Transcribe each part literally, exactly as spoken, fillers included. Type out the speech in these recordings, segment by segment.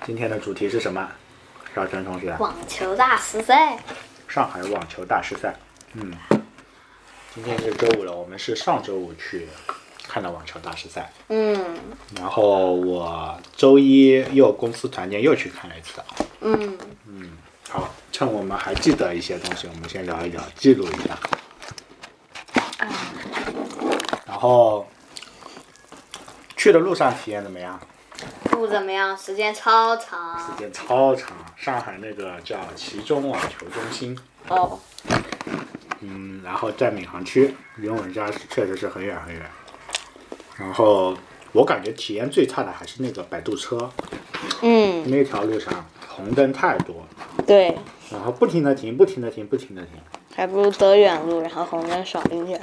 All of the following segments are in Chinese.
今天的主题是什么？小陈同学。 网球大师赛。 上海网球大师赛。嗯，今天是周五了，我们是上周五去看的网球大师赛。 嗯。 然后我周一又公司团建又去看了一次。 嗯。 嗯，好，趁我们还记得一些东西，我们先聊一聊，记录一下。 啊。 然后去的路上体验怎么样？ 不怎么样，时间超长。 时间超长，上海那个叫其中网球中心。 哦。 嗯，然后在闵行区，离我们家确实是很远很远。然后我感觉体验最差的还是那个摆渡车。 嗯。 那条路上红灯太多。 对。 然后不停的停，不停的停，不停的停。 还不如德远路，然后红灯少一点。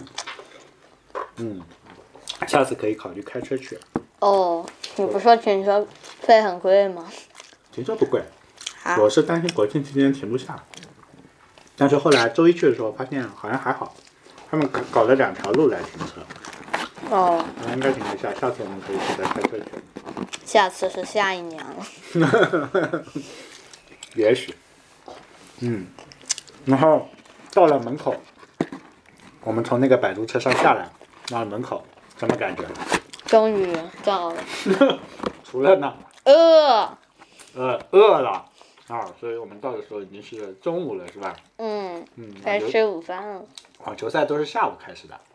嗯，下次可以考虑开车去。 哦，你不说停车费很贵吗？ 停车不贵， 啊、 我是担心国庆期间停不下。但是后来周一去的时候发现好像还好，他们搞搞了两条路来停车。 哦。 应该停得下，下次我们可以去再开车去。 下次是下一年了。 也许。嗯，然后到了门口，我们从那个摆渡车上下来，到了门口，什么感觉？ 终于到了。 除了呢？ 饿。 呃，饿了啊，所以我们到的时候已经是中午了，是吧？ 嗯。 嗯。 该吃午饭了。 网球赛都是下午开始的，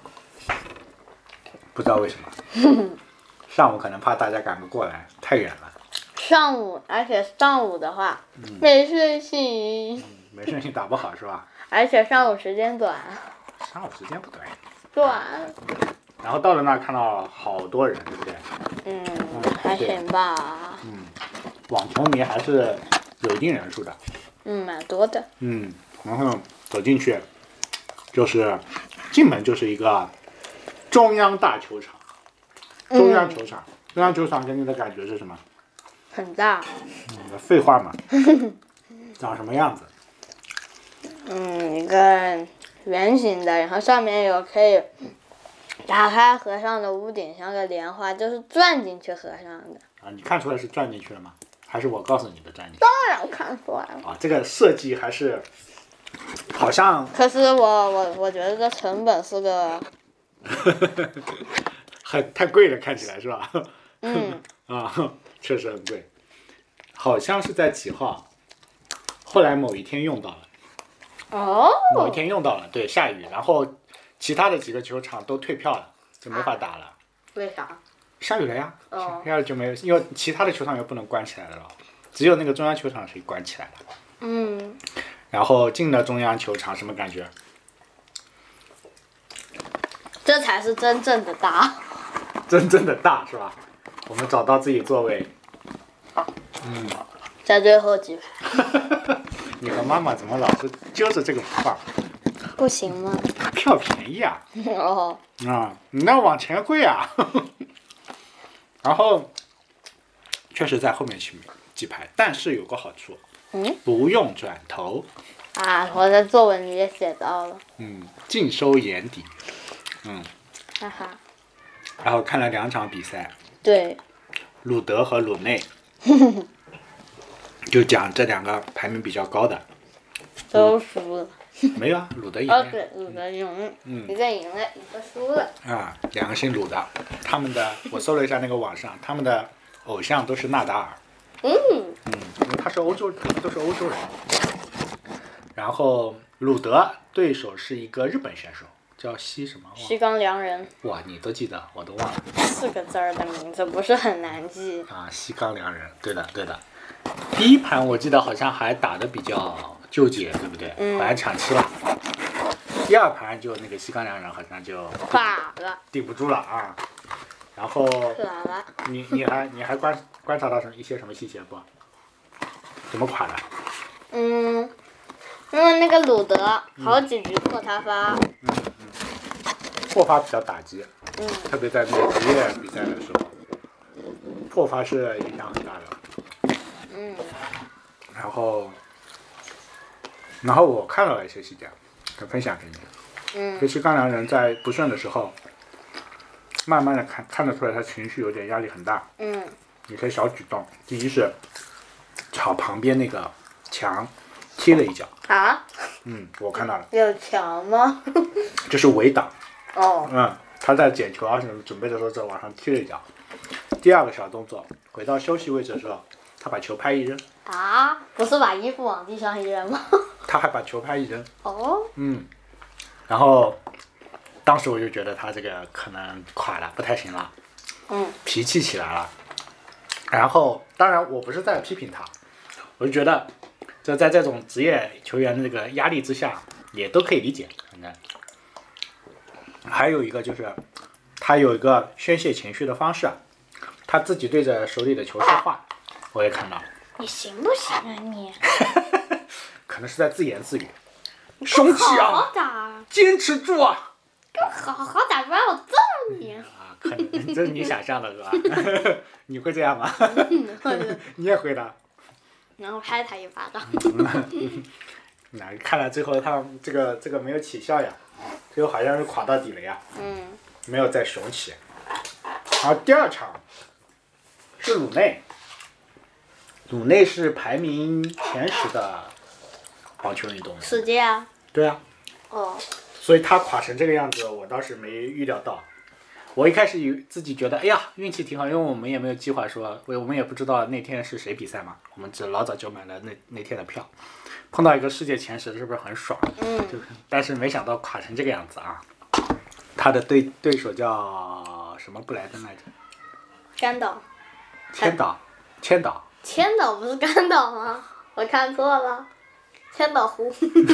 不知道为什么。上午可能怕大家赶不过来，太远了。 上午，而且上午的话，嗯、没睡醒。 嗯，没睡醒打不好是吧？ 而且上午时间短。 上午时间不短。 短。 然后到了那儿看到好多人，对不对？ 嗯，还行吧。 嗯，网球迷还是有一定人数的。 嗯，蛮多的。 嗯，然后走进去，就是进门就是一个中央大球场。中央球场，嗯、中央球场给你的感觉是什么？ 很大。 嗯，废话嘛。长什么样子？ 嗯，一个圆形的，然后上面有可以打开合上的屋顶，像个莲花，就是钻进去合上的。 啊，你看出来是钻进去了吗？还是我告诉你的钻进去？ 当然看出来了。 啊，这个设计还是好像。 可是我我我觉得这成本是个。 很太贵了，看起来是吧？ 嗯。 啊，确实很贵。好像是在几号？后来某一天用到了。 哦。 某一天用到了，对，下雨，然后其他的几个球场都退票了，就没法打了。啊、 为啥？ 下雨了呀。 哦。 下雨就没有，因为其他的球场又不能关起来了，只有那个中央球场是关起来了。 嗯。 然后进了中央球场，什么感觉？ 这才是真正的大。 真正的大是吧？我们找到自己座位。嗯。 在最后几排。 你和妈妈怎么老是揪着这个不放？ 不行吗？ 票便宜啊。 哦。 啊，你那往前跪啊。然后，确实在后面几几排，但是有个好处。 嗯。 不用转头。 啊，我在作文里也写到了。 嗯，尽收眼底。嗯。 哈哈。 然后看了两场比赛。 对。 鲁德和鲁内。就讲这两个排名比较高的。 都输了。 没有啊，鲁德赢了。 哦，对，鲁德赢了。嗯。一个赢了，一个输了。 啊，两个姓鲁的，他们的我搜了一下那个网上，他们的偶像都是纳达尔。 嗯。 嗯，因为他是欧洲，他们都是欧洲人。然后鲁德对手是一个日本选手，叫西什么？ 西冈良人。 哇，你都记得，我都忘了。 四个字儿的名字不是很难记。 啊，西冈良人，对的对的。第一盘我记得好像还打得比较纠结，对不对？ 嗯。 好像抢七了。第二盘就那个西冈良人好像就垮了， 顶不住了啊。然后垮了。 你你还你还观观察到什么一些什么细节不？怎么垮的？ 嗯。因为那个鲁德好几局破他发。 嗯嗯。破发比较打击。 嗯。 特别在那个职业比赛的时候，破发是影响很大的。 嗯。 然后，然后我看到了一些细节，可分享给你。 嗯。 其实冈良人在不顺的时候，慢慢的看看得出来他情绪有点压力很大。 嗯。 有些小举动。第一是朝旁边那个墙踢了一脚。 啊？ 嗯，我看到了。 有墙吗？ 这是围挡。 哦。 嗯，他在捡球啊什么准备的时候，在往上踢了一脚。第二个小动作，回到休息位置的时候，他把球拍一扔。 啊？不是把衣服往地上一扔吗？ 他还把球拍一扔。 哦。 嗯，然后当时我就觉得他这个可能垮了，不太行了。 嗯。 脾气起来了。然后，当然我不是在批评他，我就觉得，就在这种职业球员的这个压力之下，也都可以理解。反正还有一个就是，他有一个宣泄情绪的方式，他自己对着手里的球说话，我也看到了。 你行不行啊你？ 可能是在自言自语。雄起啊！ 好好打， 坚持住啊！ 好好打，不然我揍你。 啊，可能这是你想象的是吧？你会这样吗？你也会的。 然后拍他一巴掌。 那看来最后他这个这个没有起效呀，最后好像是垮到底了呀。 嗯。 没有再雄起。然后第二场是鲁内，鲁内是排名前十的网球运动员。 世界啊。 对啊。 哦。 所以他垮成这个样子，我倒是没预料到。我一开始以自己觉得，哎呀，运气挺好，因为我们也没有计划说，我我们也不知道那天是谁比赛嘛，我们只老早就买了那那天的票，碰到一个世界前十，是不是很爽？ 嗯。 就但是没想到垮成这个样子啊！他的对对手叫什么布莱登来着？ 甘岛。 千岛，千岛。 千岛不是甘岛吗？我看错了，千岛湖。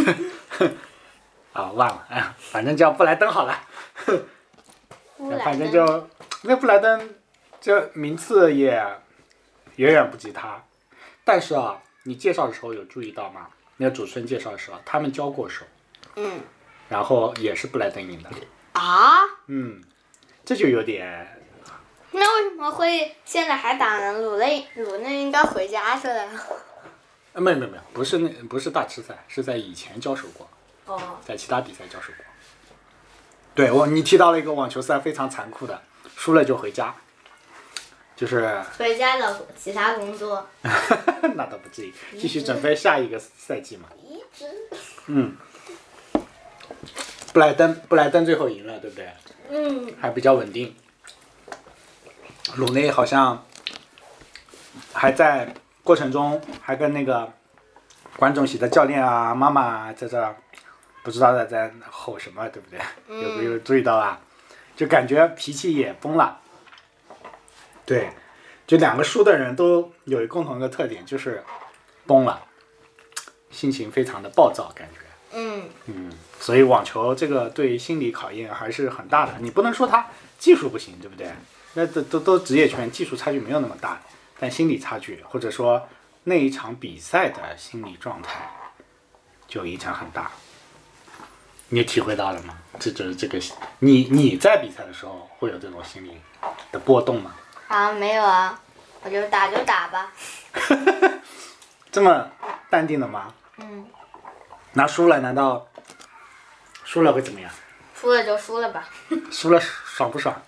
啊，忘了，哎，反正叫布莱登好了。反正就那布莱登，这名次也远远不及他。但是啊，你介绍的时候有注意到吗？那个主持人介绍的时候，他们交过手。 嗯。 然后也是布莱登赢的。 啊？ 嗯，这就有点。 那为什么会现在还打呢？鲁内鲁内应该回家去了呀。 呃，没有没有没有，不是那不是大师赛，是在以前交手过。 哦。 在其他比赛交手过。对我，你提到了一个网球赛非常残酷的，输了就回家，就是回家找其他工作。 那倒不至于，继续准备下一个赛季嘛。 移植。 嗯。布莱登，布莱登最后赢了，对不对？ 嗯。 还比较稳定。鲁内好像还在过程中还跟那个观众席的教练啊、妈妈在这儿。不知道在在吼什么，对不对？有没有注意到啊？就感觉脾气也崩了。对，就两个输的人都有一共同的特点，就是崩了，心情非常的暴躁，感觉。 嗯。 嗯，所以网球这个对心理考验还是很大的。你不能说他技术不行，对不对？那都都都职业圈，技术差距没有那么大，但心理差距或者说那一场比赛的心理状态就影响很大。你体会到了吗？这就是这个，你你在比赛的时候会有这种心理的波动吗？ 啊，没有啊，我就打就打吧。 这么淡定的吗？ 嗯。 那输了难道输了会怎么样？ 输了就输了吧。 输了爽不爽？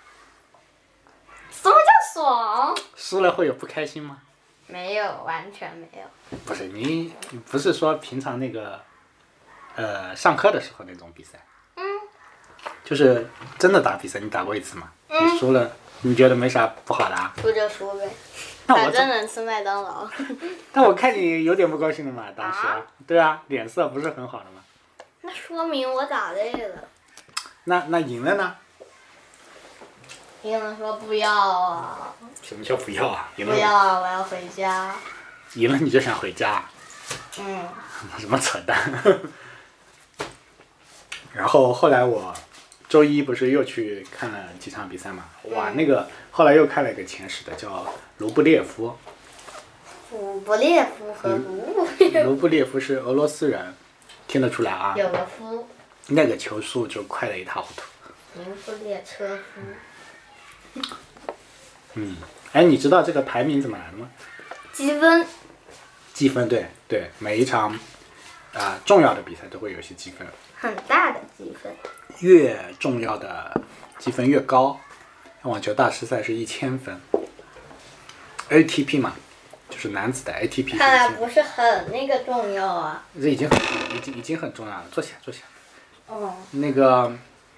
什么叫爽？ 输了会有不开心吗？ 没有，完全没有。 不是你，你不是说平常那个。呃，上课的时候那种比赛， 嗯， 就是真的打比赛，你打过一次吗？ 嗯， 你输了，你觉得没啥不好的啊？ 输就输呗， 反正能吃麦当劳。 但我看你有点不高兴的嘛，当时， 啊对啊，脸色不是很好的嘛。 那说明我打累了。 那那赢了呢？ 赢了说不要啊。 什么叫不要啊？赢了不要啊！我要回家。 赢了你就想回家？ 嗯。 什么扯淡！然后后来我周一不是又去看了几场比赛嘛？哇，那个后来又看了一个前十的，叫卢布列夫。 卢布列夫和卢布列夫。 卢布列夫是俄罗斯人，听得出来啊。 有个夫。 那个球速就快得一塌糊涂。 名副列车夫。 嗯，哎，你知道这个排名怎么来的吗？ 积分。 积分，对对，每一场啊、呃、重要的比赛都会有一些积分。 很大的积分。 越重要的积分越高。网球大师赛是一千分。 A T P 嘛，就是男子的 A T P。 看来不是很那个重要啊。 这已经很已经已经很重要了，坐起来坐起来。 哦。 那个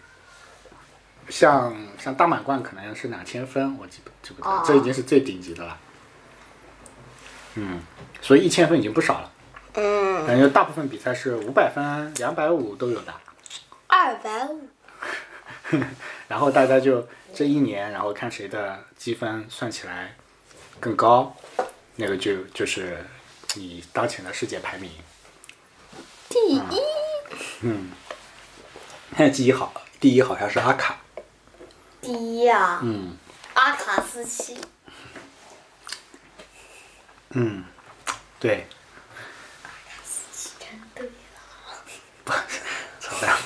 像像大满贯可能是两千分，我记不记不得， 哦、 这已经是最顶级的了。嗯，所以一千分已经不少了。 嗯。 感觉大部分比赛是五百分、两百五都有的。 二百五。 然后大家就这一年，然后看谁的积分算起来更高，那个就就是你当前的世界排名。 第一。 嗯。现在第一好，第一好像是阿卡。 第一呀。 嗯。 阿卡斯七。 嗯，对。 阿卡斯七真对了。 不，操蛋了。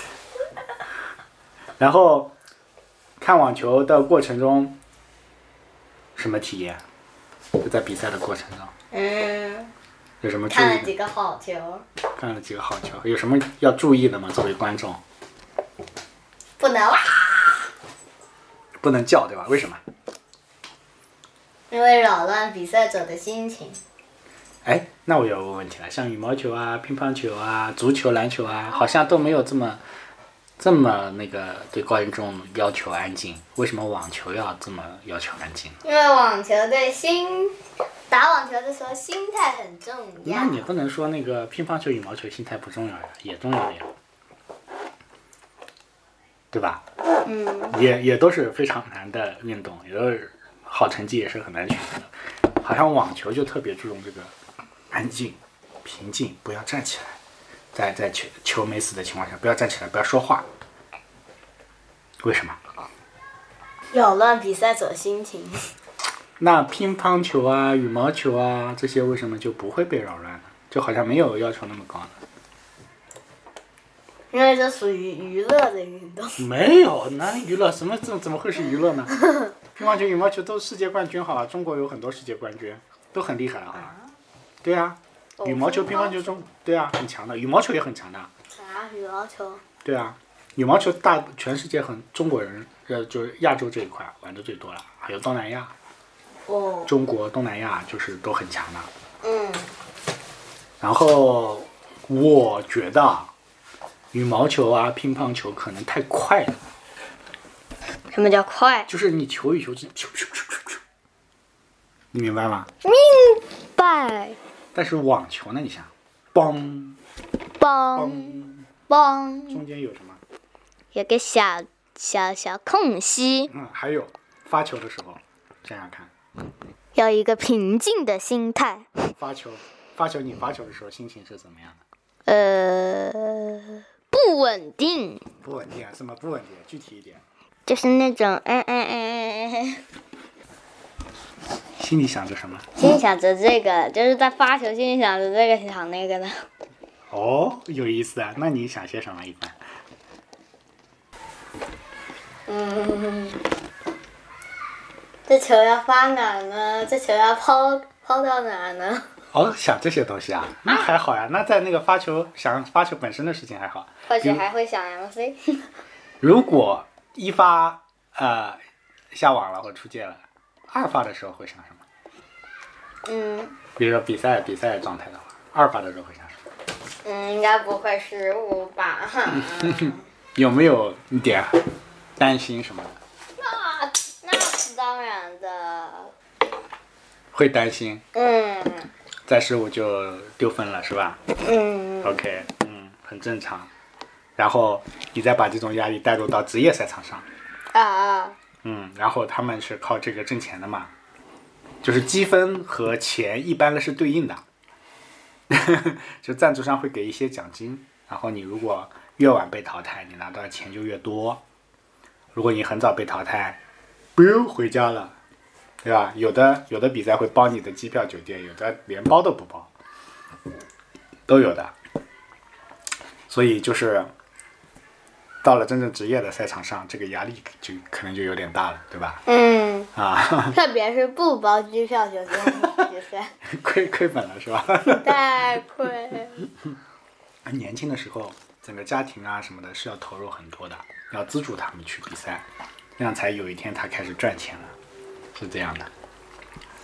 然后看网球的过程中，什么体验？就在比赛的过程中。 嗯。 有什么注意？ 看了几个好球。 看了几个好球，有什么要注意的吗？作为观众。 不能哇。 不能叫，对吧？为什么？ 因为扰乱比赛者的心情。 哎，那我有个问题了，像羽毛球啊、乒乓球啊、足球、篮球啊，好像都没有这么。这么那个对观众要求安静，为什么网球要这么要求安静？ 因为网球对心，打网球的时候心态很重要。 那你不能说那个乒乓球、羽毛球心态不重要呀，也重要的呀，对吧？ 嗯。 也也都是非常难的运动，也都是好成绩也是很难取得的。好像网球就特别注重这个安静、平静，不要站起来。在在球球没死的情况下，不要站起来，不要说话。为什么？ 扰乱比赛者心情。 那乒乓球啊、羽毛球啊这些为什么就不会被扰乱呢？就好像没有要求那么高呢？ 因为这属于娱乐的运动。 没有，哪娱乐？什么怎怎么会是娱乐呢？乒乓球、羽毛球都世界冠军好啊，中国有很多世界冠军，都很厉害啊。对啊。羽毛球、乒乓球中，对啊，很强的。羽毛球也很强的。 啊，羽毛球。 对啊，羽毛球大全世界很中国人，呃，就是亚洲这一块玩的最多了，还有东南亚。 哦。 中国、东南亚就是都很强的。 嗯。 然后我觉得羽毛球啊、乒乓球可能太快了。 什么叫快？ 就是你球与球之间，你明白吗？ 明白。 但是网球呢？你想，嘣， 嘣，嘣， 中间有什么？ 有个小小小空隙。 嗯，还有发球的时候，想想看。 要一个平静的心态。 发球，发球，你发球的时候心情是怎么样的？呃，不稳定。 不稳定啊？什么不稳定？具体一点。 就是那种嗯嗯嗯嗯嗯。 心里想着什么？ 心里想着这个，就是在发球，心里想着这个想那个的。 哦，有意思啊！那你想些什么一般？ 嗯，这球要发哪呢？这球要抛抛到哪呢？ 哦，想这些东西啊，那还好呀。那在那个发球想发球本身的事情还好。 或许还会想 M C。 如果一发呃下网了或出界了，二发的时候会想什么？ 嗯， 比如说比赛比赛状态的话，二发的时候会想什么？ 嗯，应该不会失误吧？ 有没有一点担心什么的？ 那那是当然的。 会担心。 嗯。 再失误就丢分了是吧？ 嗯。 OK， 嗯，很正常。然后你再把这种压力带入到职业赛场上。 啊啊。 嗯，然后他们是靠这个挣钱的嘛。就是积分和钱一般的是对应的，就赞助商会给一些奖金，然后你如果越晚被淘汰，你拿到的钱就越多。如果你很早被淘汰，不用回家了，对吧？有的有的比赛会包你的机票、酒店，有的连包都不包，都有的。所以就是到了真正职业的赛场上，这个压力就可能就有点大了，对吧？ 嗯。 啊。 特别是不包机票、酒店的比赛。 亏亏本了是吧？ 太亏。 年轻的时候，整个家庭啊什么的是要投入很多的，要资助他们去比赛，这样才有一天他开始赚钱了，是这样的。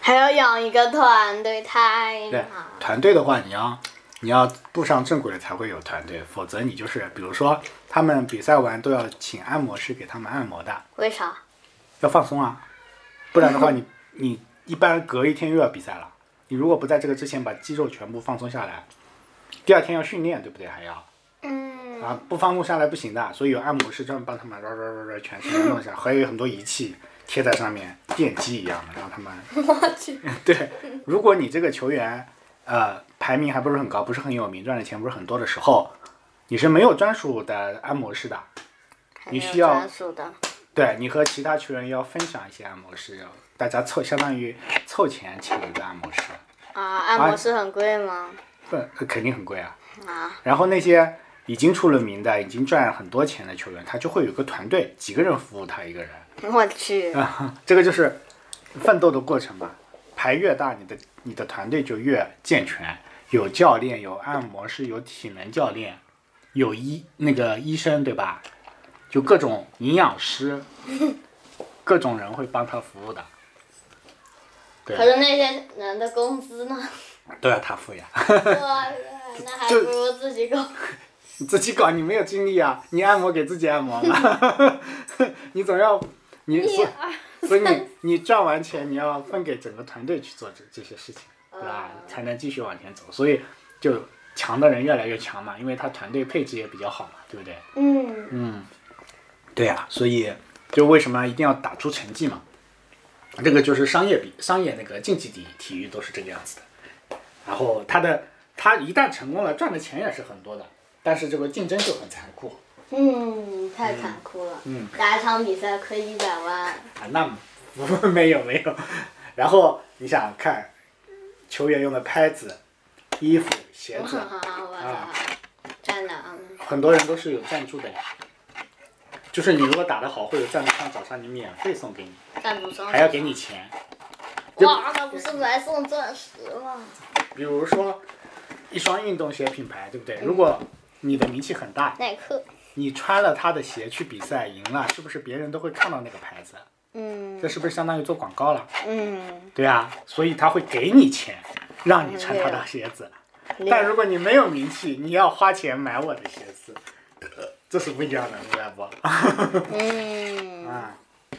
还要养一个团队，太对难了。 团队的话，你要你要步上正轨了才会有团队，否则你就是比如说他们比赛完都要请按摩师给他们按摩的， 为啥？ 要放松啊，不然的话你你一般隔一天又要比赛了，你如果不在这个之前把肌肉全部放松下来，第二天要训练，对不对？还要。 嗯。 啊，不放松下来不行的，所以有按摩师专门帮他们绕绕绕绕全身弄一下，还有很多仪器贴在上面，电击一样的，让他们。 我去。 对，如果你这个球员，呃，排名还不是很高，不是很有名，赚的钱不是很多的时候，你是没有专属的按摩师的，你需要专属的。 对你和其他球员要分享一些按摩师，大家凑相当于凑钱请一个按摩师。 啊，按摩师很贵吗？ 不、呃，肯定很贵啊。 啊。 然后那些已经出了名的、已经赚很多钱的球员，他就会有个团队，几个人服务他一个人。 我去。 啊，这个就是奋斗的过程嘛。排越大，你的你的团队就越健全，有教练，有按摩师，有体能教练，有医那个医生，对吧？就各种营养师，各种人会帮他服务的。对。 可是那些人的工资呢？ 都要他付呀。 哇，那还不如自己搞。 你自己搞，你没有精力啊！你按摩给自己按摩嘛，你总要你所所以你你赚完钱，你要分给整个团队去做这这些事情，对吧？才能继续往前走。所以就强的人越来越强嘛，因为他团队配置也比较好嘛，对不对？ 嗯。 嗯，对呀、啊，所以就为什么一定要打出成绩嘛？这个就是商业比商业那个竞技体体育都是这个样子的。然后他的他一旦成功了，赚的钱也是很多的。但是这个竞争就很残酷。 嗯，太残酷了。 嗯。 打一场比赛亏一百万。 啊，那不没有没有。然后你想看，球员用的拍子、衣服、鞋子啊，真的。 很多人都是有赞助的呀。就是你如果打得好，会有赞助商找上你免费送给你。 赞助商。 还要给你钱。 哇，那不是来送钻石吗？ 比如说，一双运动鞋品牌，对不对？如果你的名气很大， 耐克， 你穿了他的鞋去比赛赢了，是不是别人都会看到那个牌子？ 嗯。 这是不是相当于做广告了？ 嗯。 对啊，所以他会给你钱，让你穿他的鞋子。但如果你没有名气，你要花钱买我的鞋子，这是不一样的，明白不？ 嗯。 啊。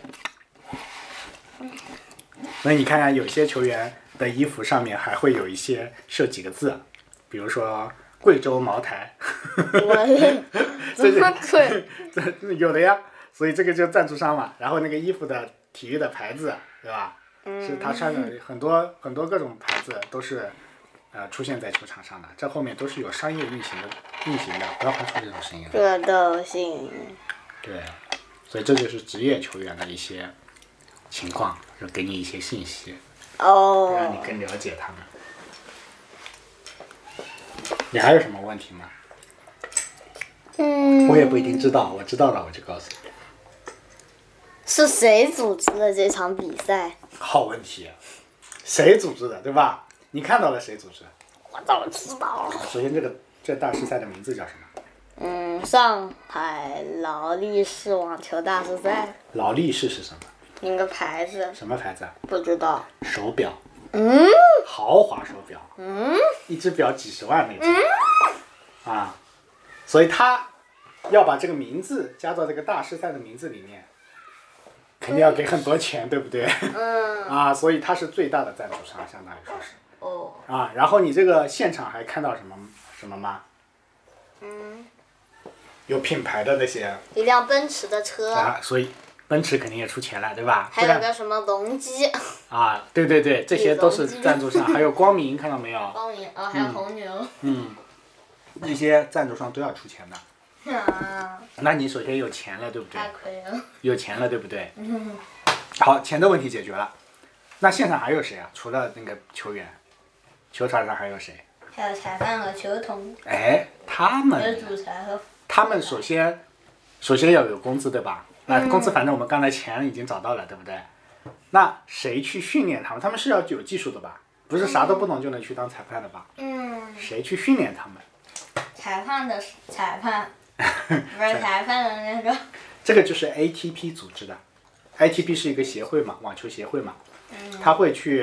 所以你看看，有些球员的衣服上面还会有一些绣几个字，比如说。贵州茅台， 怎么贵？ 这有的呀，所以这个就赞助商嘛。然后那个衣服的体育的牌子，对吧？嗯、是他穿的很多很多各种牌子都是，呃，出现在球场上的。这后面都是有商业运行的运行的，不要发出这种声音。 这都行。 对，所以这就是职业球员的一些情况，就给你一些信息， 哦， 让你更了解他们。你还有什么问题吗？ 嗯， 我也不一定知道，我知道了我就告诉你。 是谁组织的这场比赛？ 好问题，谁组织的，对吧？你看到了谁组织？ 我怎么知道？ 首先，这个这大师赛的名字叫什么？ 嗯，上海劳力士网球大师赛。 劳力士是什么？ 一个牌子。 什么牌子？ 不知道。 手表。 嗯。 豪华手表。 嗯。 一只表几十万那种。嗯。啊，所以他要把这个名字加到这个大师赛的名字里面，肯定要给很多钱，对不对？ 嗯。 啊，所以他是最大的赞助商，相当于说是。 哦。 啊，然后你这个现场还看到什么什么吗？ 嗯。 有品牌的那些。 一辆奔驰的车。 啊，所以奔驰肯定也出钱了，对吧？ 还有个什么隆基。 啊，对对对，这些都是赞助商，还有光明，看到没有？ 光明啊，还有红牛。 嗯。那些赞助商都要出钱的。 啊。 那你首先有钱了，对不对？ 太亏了。 有钱了，对不对？ 嗯。 好，钱的问题解决了。那现场还有谁啊？除了那个球员，球场上还有谁？ 还有裁判和球童。 哎，他们。 还有主裁和。 他们首先，首先要有工资，对吧？那工资反正我们刚才钱已经找到了，对不对？那谁去训练他们？他们是要有技术的吧？不是啥都不懂就能去当裁判的吧？ 嗯。 谁去训练他们？ 裁判的裁判，不是裁判的那个。 这个就是 A T P 组织的 ，A T P 是一个协会嘛，网球协会嘛， 嗯、 他会去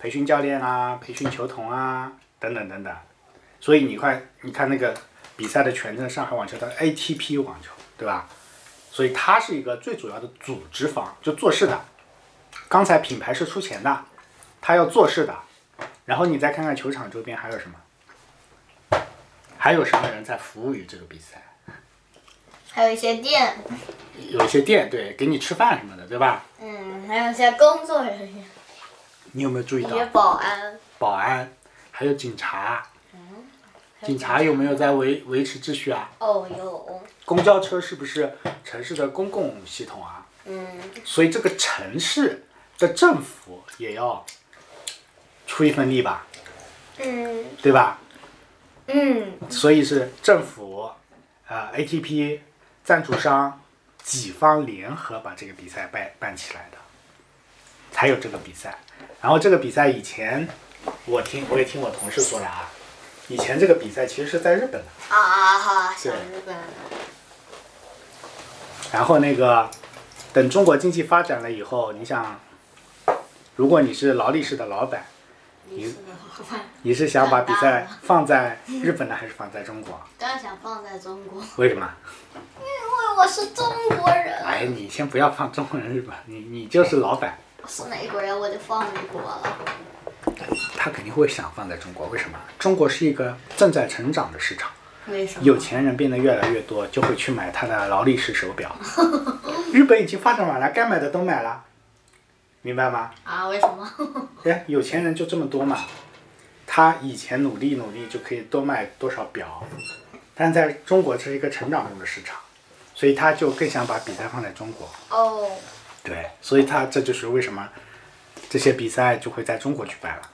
培训教练啊，培训球童啊，等等等等。所以你看，你看那个比赛的全称，上海网球的 A T P 网球，对吧？所以它是一个最主要的组织方，就做事的。刚才品牌是出钱的，它要做事的。然后你再看看球场周边还有什么，还有什么人在服务于这个比赛？ 还有一些店， 有一些店，对，给你吃饭什么的，对吧？ 嗯，还有一些工作人员， 你有没有注意到？ 一些保安， 保安，还有警察。警察有没有在维维持秩序啊？ 哦，有。 公交车是不是城市的公共系统啊？ 嗯。 所以这个城市的政府也要出一份力吧？ 嗯。 对吧？ 嗯。 所以是政府、呃 A T P、赞助商几方联合把这个比赛办办起来的，才有这个比赛。然后这个比赛以前我听我也听我同事说的啊。以前这个比赛其实是在日本的啊哈，像日本。 然后那个，等中国经济发展了以后，你想，如果你是劳力士的老板，你你是想把比赛放在日本呢，还是放在中国？ 当然想放在中国。 为什么？ 因为我是中国人。 哎，你先不要放中国人、日本，你你就是老板。 我是美国人，我就放美国了。 他肯定会想放在中国，为什么？中国是一个正在成长的市场， 为什么？ 有钱人变得越来越多，就会去买他的劳力士手表。日本已经发展完了，该买的都买了，明白吗？ 啊，为什么？ 哎，有钱人就这么多嘛，他以前努力努力就可以多卖多少表，但在中国这是一个成长中的市场，所以他就更想把比赛放在中国。 哦。 对，所以他这就是为什么这些比赛就会在中国举办了。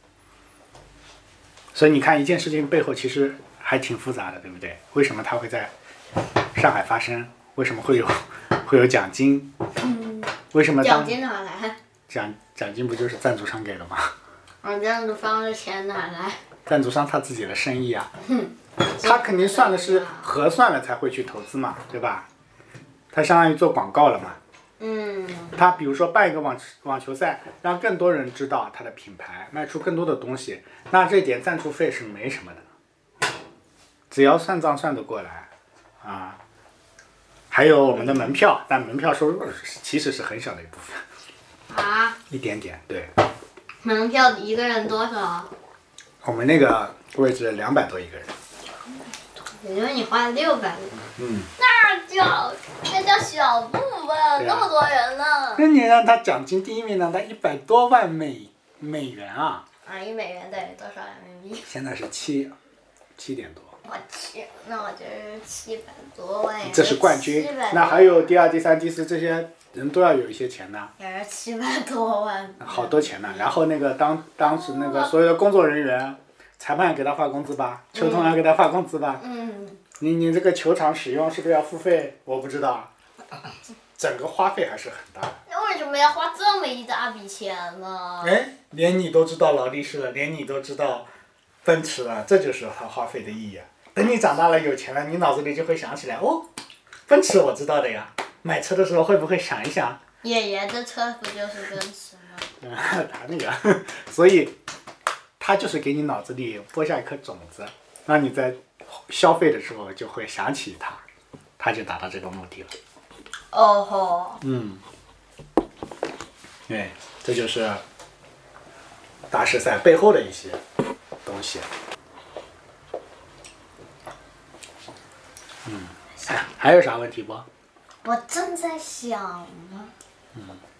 所以你看一件事情背后其实还挺复杂的，对不对？为什么它会在上海发生？为什么会有会有奖金？ 嗯。 为什么当奖金哪来？ 奖奖金不就是赞助商给的吗？ 啊，赞助商的钱哪来？ 赞助商他自己的生意啊，他肯定算的是核算了才会去投资嘛，对吧？他相当于做广告了嘛。 嗯。 他比如说办一个网网球赛，让更多人知道他的品牌，卖出更多的东西，那这点赞助费是没什么的，只要算账算得过来，啊，还有我们的门票，但门票收入其实是很小的一部分。 啊？ 一点点，对。 门票一个人多少？ 我们那个位置两百多一个人。 也就是你花了六百。 嗯。 那叫那叫小部分，啊、那么多人呢。 那你让他奖金第一名让他一百多万美美元啊！ 啊，一美元等于多少人民币？ 现在是七，七点多。 我去，那我觉得七百多万。 这是冠军，那还有第二、第三、第四这些人都要有一些钱呢。 也是七百多万。 好多钱呢，然后那个当当时那个所有的工作人员，裁判给他发工资吧，球童要给他发工资吧。 嗯。 你你这个球场使用是不是要付费？我不知道，整个花费还是很大的。 那为什么要花这么一大笔钱呢？ 哎，连你都知道劳力士了，连你都知道奔驰了，这就是它花费的意义啊。等你长大了有钱了，你脑子里就会想起来，哦，奔驰我知道的呀。买车的时候会不会想一想？ 爷爷的车不就是奔驰吗？ 嗯，他那个，所以他就是给你脑子里播下一颗种子，让你在消费的时候就会想起它，他就达到这个目的了。 哦吼。 嗯。对，这就是大师赛背后的一些东西。嗯，还还有啥问题不？ 我正在想呢。 嗯。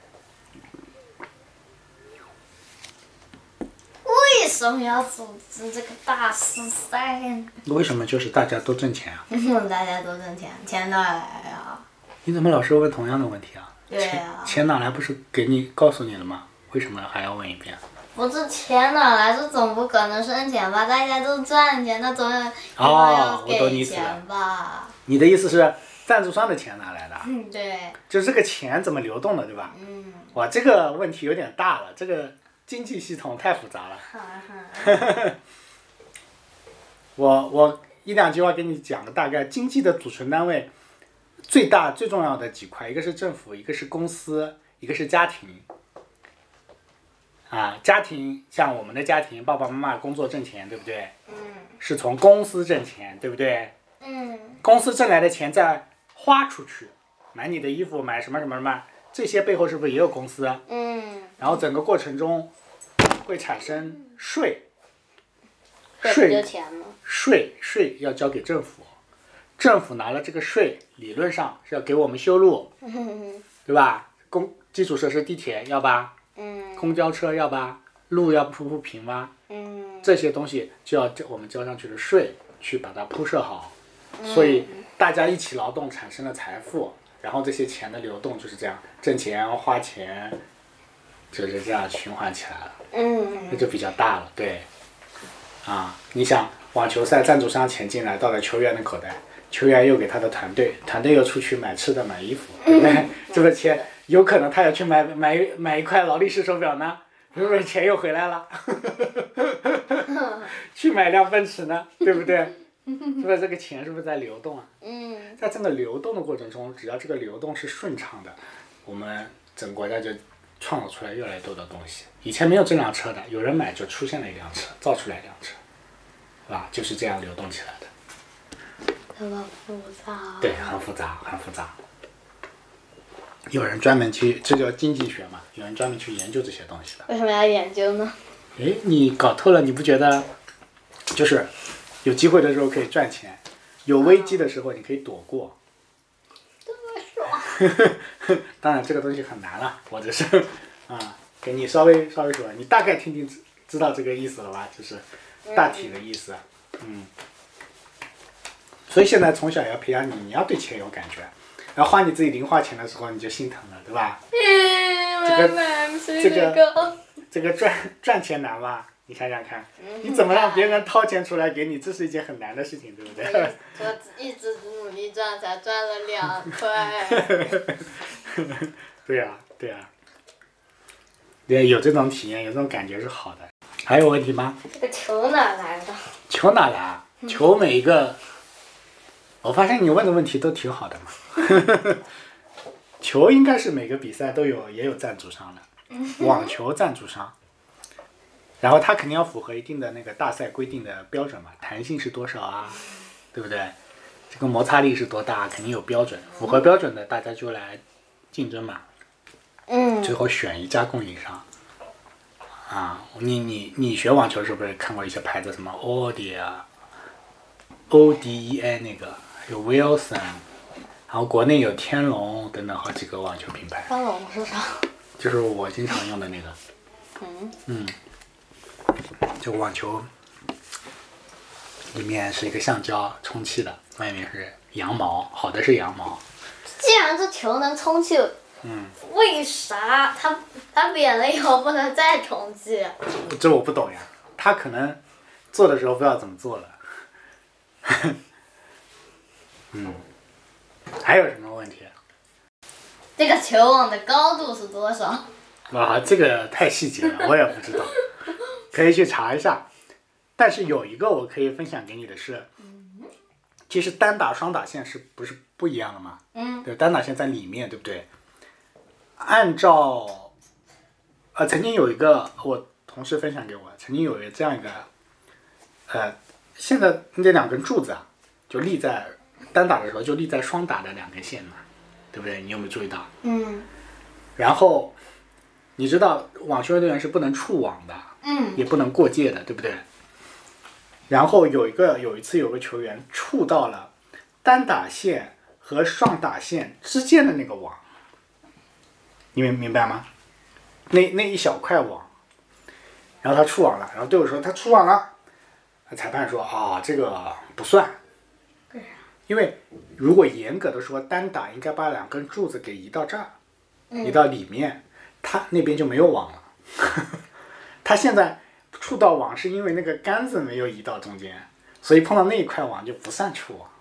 为什么要组织这个大师赛呢？ 为什么就是大家都挣钱啊？ 大家都挣钱，钱哪来啊？ 你怎么老是问同样的问题啊？ 对啊。 钱哪来不是给你告诉你了吗？为什么还要问一遍？ 不是钱哪来，是总不可能生钱吧？大家都赚钱，那总有哦， 要给钱吧？ 你的意思是赞助商的钱哪来的？ 嗯，对。 就是这个钱怎么流动的，对吧？ 嗯。 哇，这个问题有点大了，这个经济系统太复杂了。我我一两句话给你讲个大概，经济的组成单位最大最重要的几块，一个是政府，一个是公司，一个是家庭。 啊，家庭像我们的家庭，爸爸妈妈工作挣钱，对不对？ 嗯是从公司挣钱，对不对？ 嗯公司挣来的钱再花出去，买你的衣服，买什么什么什么，这些背后是不是也有公司？ 嗯， 然后整个过程中会产生税， 这不税就钱吗？ 税税要交给政府，政府拿了这个税，理论上是要给我们修路，对吧？公基础设施，地铁要吧， 嗯公交车要吧，路要铺铺平吧， 嗯这些东西就要我们交上去的税去把它铺设好，所以大家一起劳动产生了财富，然后这些钱的流动就是这样，挣钱花钱，就是这样循环起来了， 嗯那就比较大了，对。啊，你想网球赛赞助商钱进来到了球员的口袋，球员又给他的团队，团队又出去买吃的买衣服，对不对？这个钱有可能他要去买买买一块劳力士手表呢，是不是钱又回来了？去买辆奔驰呢，对不对？是不是这个钱是不是在流动啊？ 嗯在这个流动的过程中，只要这个流动是顺畅的，我们整个国家就创造出来越来越多的东西。以前没有这辆车的，有人买就出现了一辆车，造出来一辆车，是吧？就是这样流动起来的。 这么复杂。 对，很复杂，很复杂。有人专门去，这叫经济学嘛，有人专门去研究这些东西的。 为什么要研究呢？ 哎，你搞透了，你不觉得就是有机会的时候可以赚钱，有危机的时候你可以躲过。 这么爽。 当然这个东西很难了，我只是啊，给你稍微稍微说，你大概听听知知道这个意思了吧？就是大体的意思，嗯。所以现在从小要培养你，你要对钱有感觉，然后花你自己零花钱的时候你就心疼了，对吧？ 嗯， 这个我买不起这个个。 这个赚赚钱难吧？你想想看，你怎么让别人掏钱出来给你，这是一件很难的事情，对不对？ 我一直努力赚，才赚了两块。 对呀、对呀、对，有这种体验，有这种感觉是好的。还有问题吗？ 这个球哪来的？ 球哪来啊？球每一个，我发现你问的问题都挺好的嘛。球应该是每个比赛都有，也有赞助商的。网球赞助商，然后它肯定要符合一定的那个大赛规定的标准嘛，弹性是多少啊，对不对？这个摩擦力是多大，肯定有标准，符合标准的大家就来竞争嘛， 嗯最后选一家供应商。啊，你你你学网球是不是看过一些牌子，什么奥迪啊、O D E A 那个，有 Wilson，然后国内有天龙等等好几个网球品牌。 天龙是啥？ 就是我经常用的那个， 嗯嗯，就网球里面是一个橡胶充气的，外面是羊毛，好的是羊毛。 既然这球能充气， 嗯， 为啥它它扁了以后不能再充气？ 这我不懂呀，他可能做的时候不知道怎么做了。嗯，还有什么问题？ 这个球网的高度是多少？ 哇，这个太细节了，我也不知道，可以去查一下。但是有一个我可以分享给你的是，其实单打双打线是不是不一样的嘛？ 嗯对，单打线在里面，对不对？按照，呃，曾经有一个我同事分享给我，曾经有一个这样一个，呃，现在那两根柱子啊，就立在单打的时候就立在双打的两根线嘛，对不对？你有没有注意到？ 嗯然后你知道网球运动员是不能触网的， 嗯也不能过界的，对不对？然后有一个有一次有个球员触到了单打线和双打线之间的那个网，你明明白吗？那那一小块网，然后他触网了，然后队友说他触网了，裁判说啊、这个不算，因为如果严格的说单打应该把两根柱子给移到这儿，移到里面，他那边就没有网了。他现在触到网是因为那个杆子没有移到中间，所以碰到那一块网就不算触网。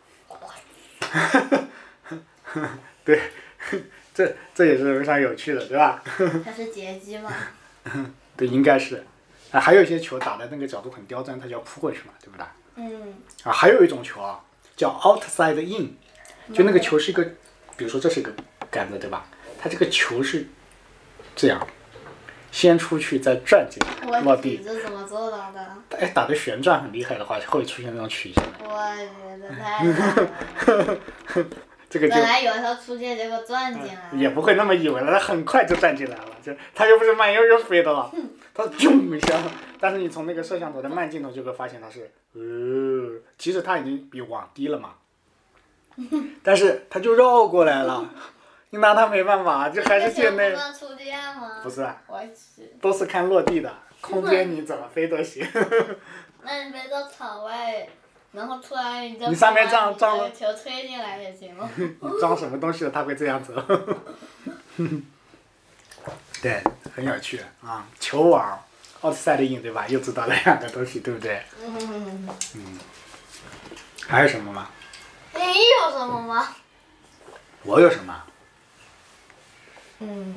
对，这这也是非常有趣的，对吧？ 它是截击吗？ 对，应该是。啊，还有一些球打的那个角度很刁钻，它就要扑过去嘛，对不对？ 嗯啊，还有一种球啊，叫 outside in，就那个球是一个，比如说这是一个杆子，对吧？它这个球是这样， 先出去再转进来落我地。 曲子怎么做到的？ 哎，打的旋转很厉害的话，会出现那种曲线。 我觉得太难了。 这个就本来有时候出去，结果转进来了。 也不会那么以为了，他很快就站进来了，就他又不是慢悠悠飞的了，他啾一下，但是你从那个摄像头的慢镜头就会发现它是，呃，其实它已经比网低了嘛，但是它就绕过来了，你拿它没办法，这还是界内不。能出界吗？ 不是啊， 我去。 都是看落地的，空间你怎么飞都行。 那你飞到场外，然后突然你在你上面场外装装你把球吹进来也行吗？ 你装什么东西了，它会这样子。对，很有趣啊！球网、奥特赛的印，对吧？又知道了两个东西，对不对？ 嗯。 嗯。还有什么吗？ 你有什么吗？ 我有什么？ 嗯。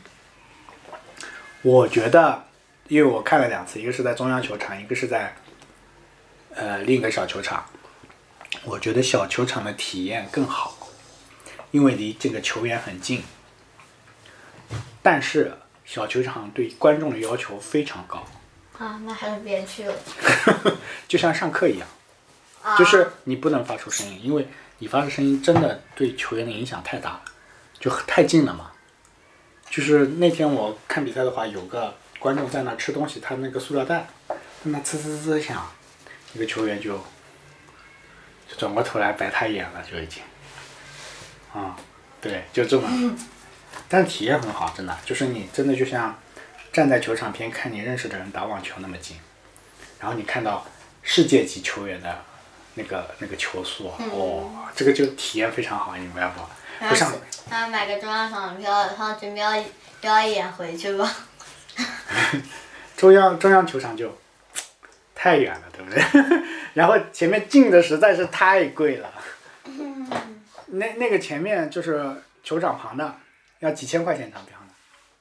我觉得，因为我看了两次，一个是在中央球场，一个是在呃另一个小球场。我觉得小球场的体验更好，因为离这个球员很近。但是小球场对观众的要求非常高。 啊，那还是别去了。 就像上课一样， 啊、 就是你不能发出声音，因为你发出声音真的对球员的影响太大了，就太近了嘛。就是那天我看比赛的话，有个观众在那吃东西，他那个塑料袋在那呲呲呲响，一个球员就就转过头来白他眼了，就已经，啊、嗯，对，就这么，但是体验很好，真的，就是你真的就像站在球场边看你认识的人打网球那么近，然后你看到世界级球员的那个那个球速，哦，这个就体验非常好，你明白不？不像那买个中央场票上去瞄瞄一眼回去吧。 中央中央球场就太远了，对不对？然后前面进的实在是太贵了。那那个前面就是球场旁的，要几千块钱一张票呢。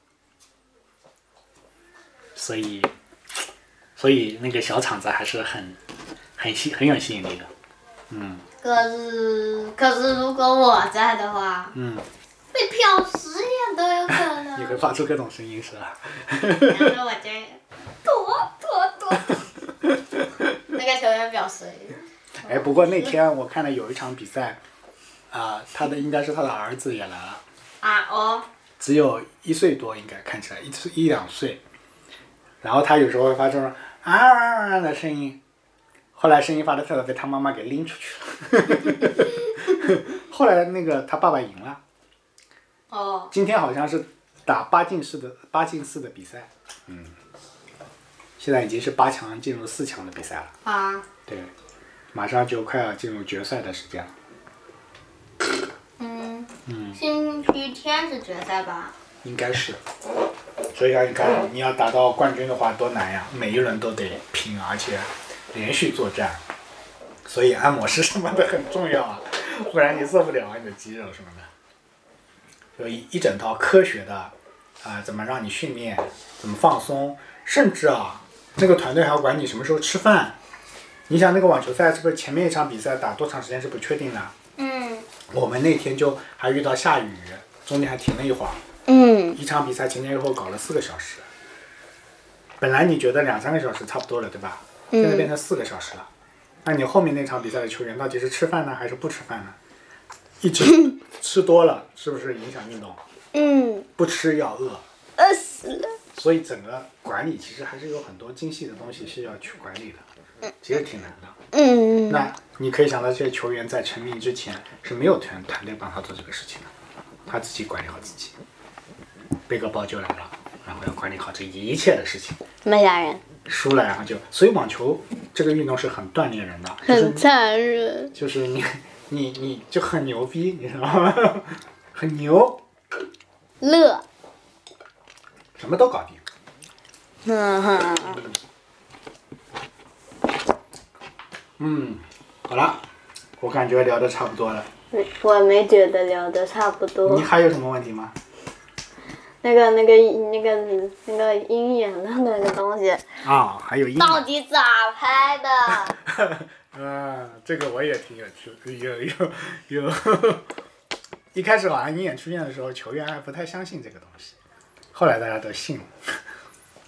所以，所以那个小场子还是很很吸很有吸引力的，嗯。 可是可是如果我在的话， 嗯。 被票十年都有可能。 你会发出各种声音是吧？ 然后我就躲躲躲。那个球员表示。 哎，不过那天我看了有一场比赛，啊、呃，他的应该是他的儿子也来了。 啊哦。 只有一岁多，应该看起来一一两岁。然后他有时候会发出啊啊啊的声音，后来声音发的特别被他妈妈给拎出去了。后来那个他爸爸赢了。 哦。 今天好像是打八进四的八进四的比赛，嗯，现在已经是八强进入四强的比赛了。 啊。 对，马上就快要进入决赛的时间了。 嗯。 嗯。 星期天是决赛吧？ 应该是。所以啊，你看，你要达到冠军的话多难呀！每一轮都得拼，而且连续作战，所以按摩师什么的很重要啊，不然你受不了啊，你的肌肉什么的。有一一整套科学的，啊、呃，怎么让你训练，怎么放松，甚至啊，那个团队还要管你什么时候吃饭。你想那个网球赛是不是前面一场比赛打多长时间是不确定的？ 嗯。 我们那天就还遇到下雨，中间还停了一会儿。 嗯。 一场比赛前前后后搞了四个小时。本来你觉得两三个小时差不多了，对吧？现在变成四个小时了。那你后面那场比赛的球员到底是吃饭呢，还是不吃饭呢？一直吃多了，是不是影响运动？ 嗯。 不吃要饿。 饿死了。 所以整个管理其实还是有很多精细的东西是要去管理的，其实挺难的。 嗯。 那你可以想到，这些球员在成名之前是没有团团队帮他做这个事情的，他自己管理好自己。背个包就来了，然后要管理好这一切的事情。 这么吓人。 输了，然后就，所以网球这个运动是很锻炼人的， 很残忍。 就是你你你就很牛逼，你知道吗？很牛。 乐。 什么都搞定。 嗯哼。 嗯，好了，我感觉聊的差不多了。 我没觉得聊的差不多。 你还有什么问题吗？ 那个、那个、那个、那个鹰眼的那个东西。 啊，还有鹰眼。 到底咋拍的？ 啊，这个我也挺有趣的，有有有。一开始好像鹰眼出现的时候，球员还不太相信这个东西，后来大家都信了。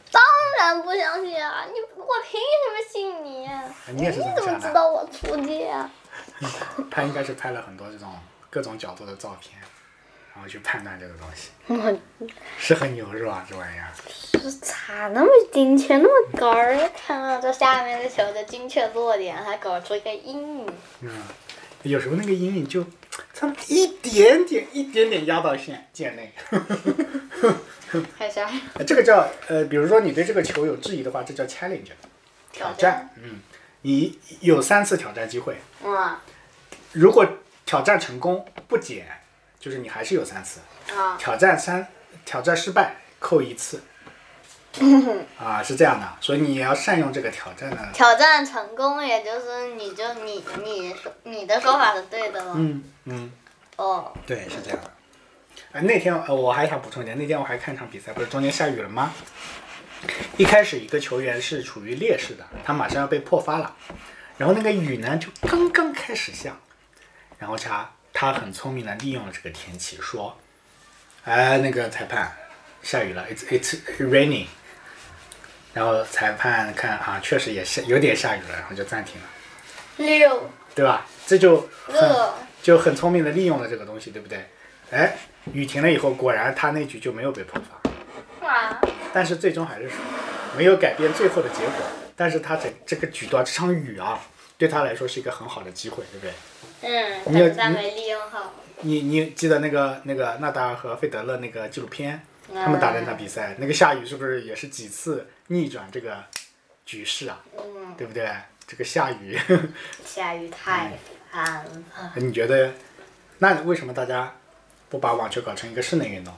当然不相信啊！你我凭什么信你啊？ 你也是这么你怎么想的知道我出界啊？ 他应该是拍了很多这种各种角度的照片，然后去判断这个东西， 我是很牛是吧？这玩意儿。 是差那么精确那么高儿，看到这下面的球的精确落点，还搞出一个阴影。 嗯，有时候那个阴影就差那么一点点、一点点压到线界内。 太吓人。 这个叫呃，比如说你对这个球有质疑的话，这叫 challenge， 挑战。嗯，你有三次挑战机会。 嗯。 如果挑战成功不减，就是你还是有三次。 啊。 挑战三，挑战失败扣一次。啊，是这样的，所以你也要善用这个挑战的。 挑战成功，也就是你就你你说你的说法是对的吗？ 嗯嗯。 哦。 对，是这样的。呃，那天呃，我还想补充一点，那天我还看场比赛，不是中间下雨了吗？一开始一个球员是处于劣势的，他马上要被破发了，然后那个雨呢就刚刚开始下，然后他他很聪明的利用了这个天气，说，哎，那个裁判，下雨了 ，it's it's raining， 然后裁判看啊，确实也下有点下雨了，然后就暂停了， 六， 对吧？这就很乐， 就很聪明的利用了这个东西，对不对？哎，雨停了以后，果然他那局就没有被破发， 啊， 但是最终还是输，没有改变最后的结果。但是他这这个举动，这场雨啊，对他来说是一个很好的机会，对不对？ 嗯， 你有但他没利用好。 你你记得那个那个纳达尔和费德勒那个纪录片，他们打的那场比赛，那个下雨是不是也是几次逆转这个局势啊？ 嗯， 对不对？这个下雨， 下雨太烦了。 你觉得，那为什么大家不把网球搞成一个室内运动？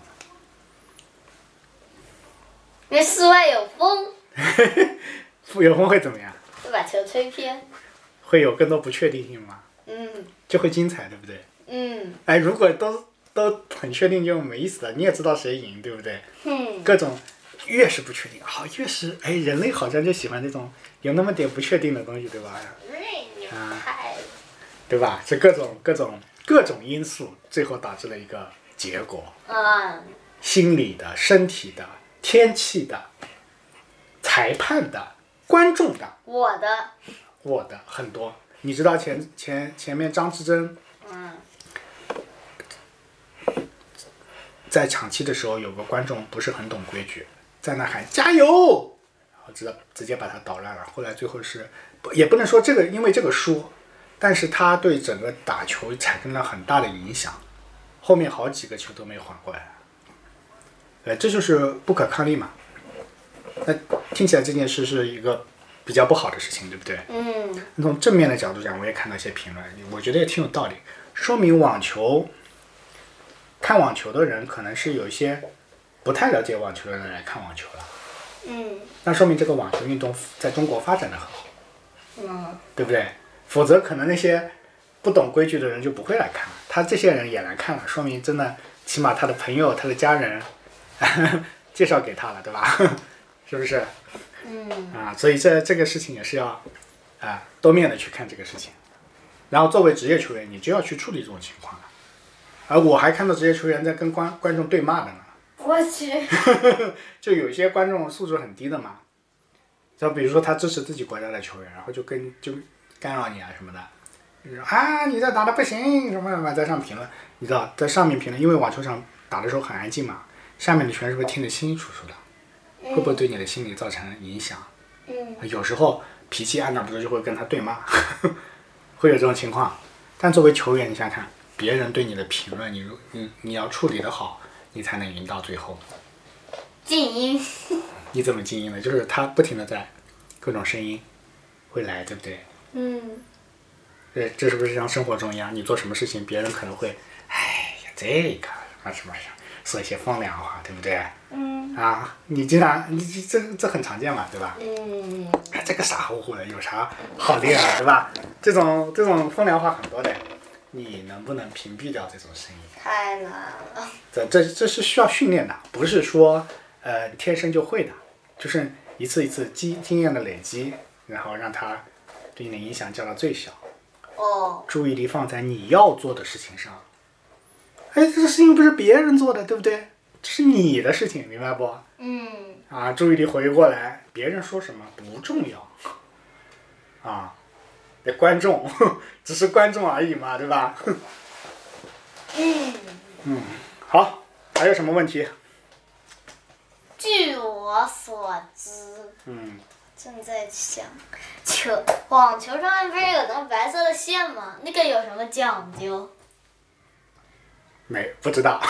因为室外有风， 有风会怎么样？ 会把球吹偏。 会有更多不确定性吗？ 嗯就会精彩，对不对？ 嗯哎，如果都都很确定就没意思了，你也知道谁赢，对不对？ 哼， 各种越是不确定，好、越是哎，人类好像就喜欢这种有那么点不确定的东西，对吧？ 太， 对吧？是各种各种各种因素，最后导致了一个结果， 嗯， 心理的、身体的、天气的、裁判的、观众的， 我的， 我的很多。你知道前前前面张之臻嗯在场期的时候，有个观众不是很懂规矩，在那喊加油，然后直直接把他捣乱了。后来最后是，也不能说这个因为这个输，但是他对整个打球产生了很大的影响，后面好几个球都没缓过来。呃，这就是不可抗力嘛。那听起来这件事是一个比较不好的事情，对不对？ 嗯从正面的角度讲，我也看到一些评论，我觉得也挺有道理，说明网球。看网球的人可能是有一些不太了解网球的人来看网球了， 嗯那说明这个网球运动在中国发展的很好， 嗯对不对？否则可能那些不懂规矩的人就不会来看了，他这些人也来看了，说明真的起码他的朋友、他的家人介绍给他了，对吧？是不是？ 嗯啊，所以这这个事情也是要啊多面的去看这个事情，然后作为职业球员，你就要去处理这种情况了。而我还看到职业球员在跟观观众对骂的呢， 我去， 就有一些观众素质很低的嘛，就比如说他支持自己国家的球员，然后就跟就干扰你啊什么的，就说啊你这打的不行什么什么，在上评论，你知道在上面评论，因为网球场打的时候很安静嘛，下面的全是不是听得清清楚楚的，会不会对你的心理造成影响？ 嗯有时候脾气按捺不住就会跟他对骂，会有这种情况。但作为球员，你想想看，别人对你的评论，你如你你要处理得好，你才能赢到最后。 静音。 你怎么静音呢？就是他不停的在各种声音会来，对不对？ 嗯对，这是不是像生活中一样？你做什么事情，别人可能会，哎呀，这个什么什么什么，说一些风凉话，对不对？ 嗯啊，你经常你这这很常见嘛，对吧？ 嗯哎，这个傻乎乎的，有啥好练啊，对吧？这种这种风凉话很多的，你能不能屏蔽掉这种声音？ 太难了。 这这这是需要训练的，不是说呃天生就会的，就是一次一次经经验的累积，然后让它对你的影响降到最小， 哦， 注意力放在你要做的事情上。哎，这个事情不是别人做的，对不对？ 这是你的事情，明白不？ 嗯。 啊，注意力回过来，别人说什么不重要。啊，那观众只是观众而已嘛，对吧？ 嗯。 嗯，好，还有什么问题？ 据我所知， 嗯， 正在想，球网球上面不是有那白色的线吗？那个有什么讲究？ 没，不知道。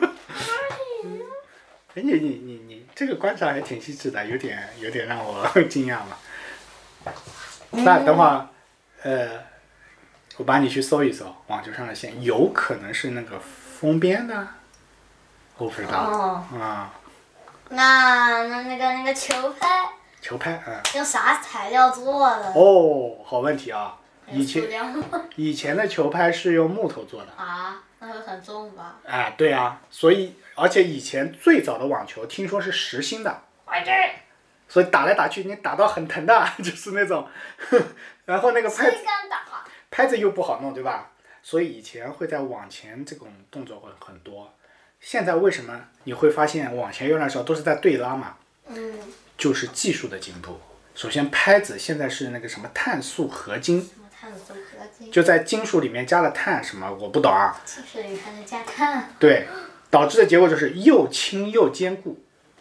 哎，你你你你这个观察还挺细致的，有点有点让我惊讶了。那等会儿，呃，我帮你去搜一搜网球上的线，有可能是那个封边的，我不知道。 哦。 啊。 那那那个那个球拍。 球拍，嗯。 用啥材料做的？ 哦，好问题啊！以前塑料吗？ 以前的球拍是用木头做的。 啊，那会很重吧？ 哎，对啊，所以而且以前最早的网球听说是实心的。 我这。 所以打来打去，你打到很疼的，就是那种，然后那个拍子，拍子又不好弄，对吧？所以以前会在网前这种动作会很多。现在为什么你会发现网前用的时候都是在对拉嘛？ 嗯。 就是技术的进步。首先，拍子现在是那个什么碳素合金。 什么碳素合金？ 就在金属里面加了碳，什么我不懂啊。 金属里还能加碳？ 对，导致的结果就是又轻又坚固。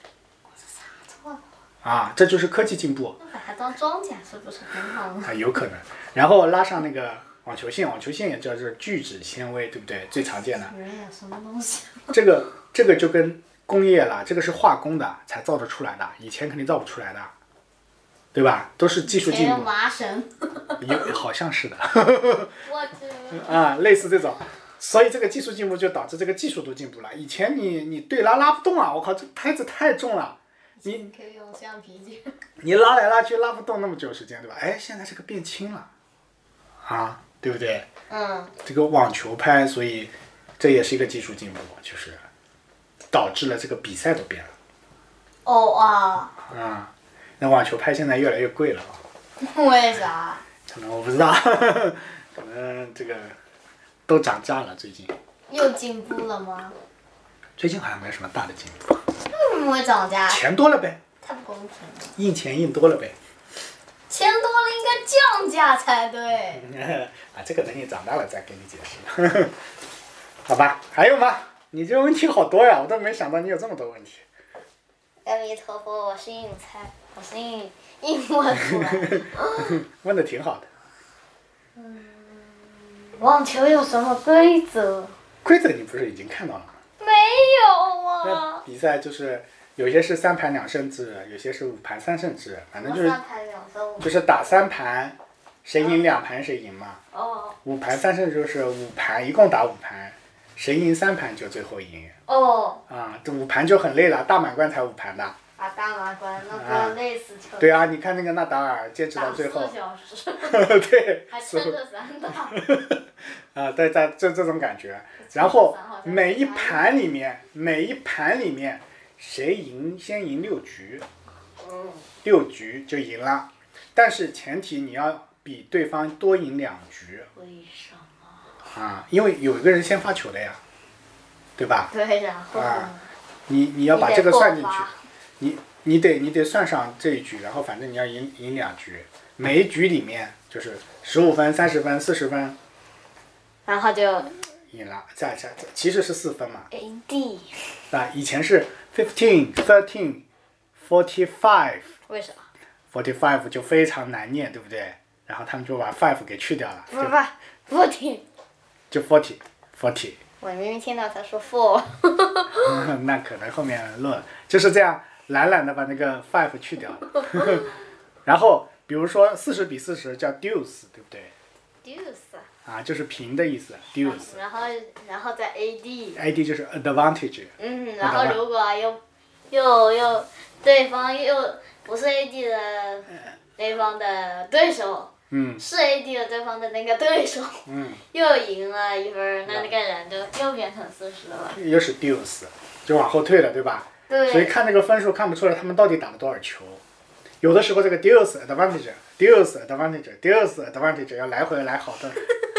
啊，这就是科技进步。 那把它当装甲是不是很好呢？ 啊，有可能。然后拉上那个网球线，网球线也叫做聚酯纤维，对不对？最常见的。 什么东西？ 这个这个就跟工业了，这个是化工的才造得出来的，以前肯定造不出来的，对吧？都是技术进步。 麻绳。 有好像是的。 我这。啊，类似这种。所以这个技术进步就导致这个技术都进步了。以前你你对拉拉不动啊，我靠，这拍子太重了。你可以用橡皮筋。 你拉来拉去拉不动那么久时间，对吧？哎，现在这个变轻了，啊，对不对？ 嗯。 这个网球拍，所以这也是一个技术进步，就是导致了这个比赛都变了。 哦啊。 啊，那网球拍现在越来越贵了啊。 为啥？ 可能我不知道，可能这个都涨价了最近。 又进步了吗？ 最近好像没什么大的进步。 为什么会涨价？ 钱多了呗。 太不公平了。 印钱印多了呗。 钱多了应该降价才对。 啊，这个等你长大了再给你解释。好吧，还有吗？你这问题好多呀，我都没想到你有这么多问题。 阿弥陀佛，我是硬猜，我是硬硬问出来的。 问的挺好的。 嗯，网球有什么规则？ 规则你不是已经看到了吗？ 没有啊。 那比赛就是有些是三盘两胜制，有些是五盘三胜制，反正就是就是打三盘，谁赢两盘谁赢嘛。 哦。 五盘三胜就是五盘，一共打五盘，谁赢三盘就最后赢。 哦。 啊，这五盘就很累了，大满贯才五盘的。 啊，大满贯那不要累死球。 对啊，你看那个纳达尔坚持到最后。 打四小时。 对。 还撑着三打。 啊，对，在这这种感觉，然后每一盘里面，每一盘里面，谁赢先赢六局，六局就赢了，但是前提你要比对方多赢两局。 为什么？ 啊，因为有一个人先发球的呀，对吧？ 对，然后。 啊，你你要把这个算进去，你你得你得算上这一局，然后反正你要赢赢两局，每一局里面就是十五分、三十分、四十分。 然后就赢了，再再其实是四分嘛。 A D。 啊，以前是 fifteen, thirteen, forty five。 为啥 ？forty five 就非常难念，对不对？然后他们就把 five 给去掉了。 不是不，forty。 就 forty, forty。 我明明听到他说 four。 那可能后面乱，就是这样懒懒的把那个 five 去掉了。然后比如说四十比四十叫 deuce， 对不对 ？deuce。 啊，就是平的意思 ，deuce。 然后，然后再 A D。A D 就是 advantage。 嗯，然后如果又，又又对方又不是 A D 的那方的对手， 嗯， 是 A D 的对方的那个对手， 嗯， 又赢了一分，那那个人就又变成四十了。 又是 deuce， 就往后退了，对吧？ 对。 所以看那个分数看不出来他们到底打了多少球，有的时候这个 deuce advantage。deuce advantage, deuce advantage 要来回来好多，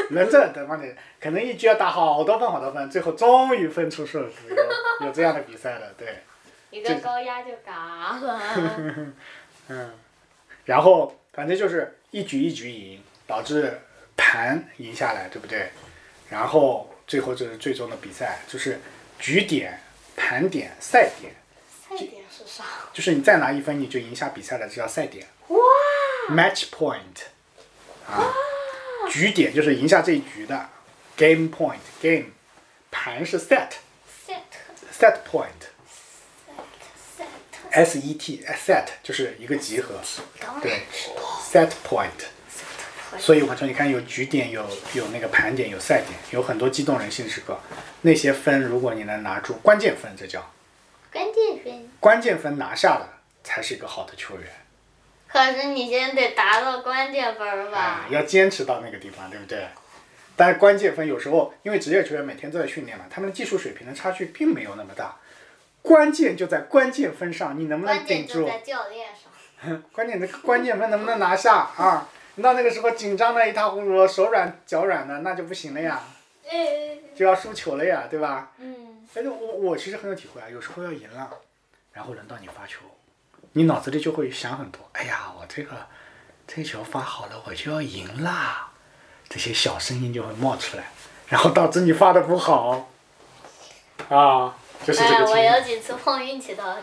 人这等方你可能一局要打好多分好多分，最后终于分出胜负，有有这样的比赛的，对。 一个高压就嘎了。 嗯，然后反正就是一局一局赢，导致盘赢下来，对不对？然后最后就是最终的比赛，就是局点、盘点、赛点。 赛点是啥？ 就是你再拿一分你就赢下比赛了，这叫赛点。 哇 ！Match point。啊。局点就是赢下这一局的 game point game， 盘是 set set set point set s e t set 就是一个集合，对 set point。所以我说你看有局点有有那个盘点有赛点，有很多机动人性时刻，那些分如果你能拿住关键分，这叫关键分， 关键分拿下了才是一个好的球员。 可是你先得达到关键分吧、 啊，要坚持到那个地方，对不对？但是关键分有时候，因为职业球员每天都在训练嘛，他们的技术水平的差距并没有那么大。关键就在关键分上，你能不能顶住？ 关键就在教练上。 关键的关键分能不能拿下啊？到那个时候紧张的一塌糊涂，手软脚软的，那就不行了呀，就要输球了呀，对吧？ 嗯。 但是我我其实很有体会啊，有时候要赢了，然后轮到你发球，你脑子里就会想很多，哎呀，我这个这球发好了，我就要赢啦，这些小声音就会冒出来，然后导致你发的不好，啊，就是这个情况。 哎，我有几次碰运气的。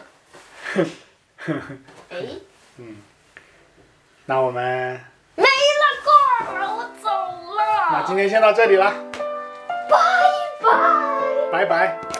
哎。 嗯。那我们。 没了个儿，我走了。 那今天先到这里了。 拜拜。 拜拜。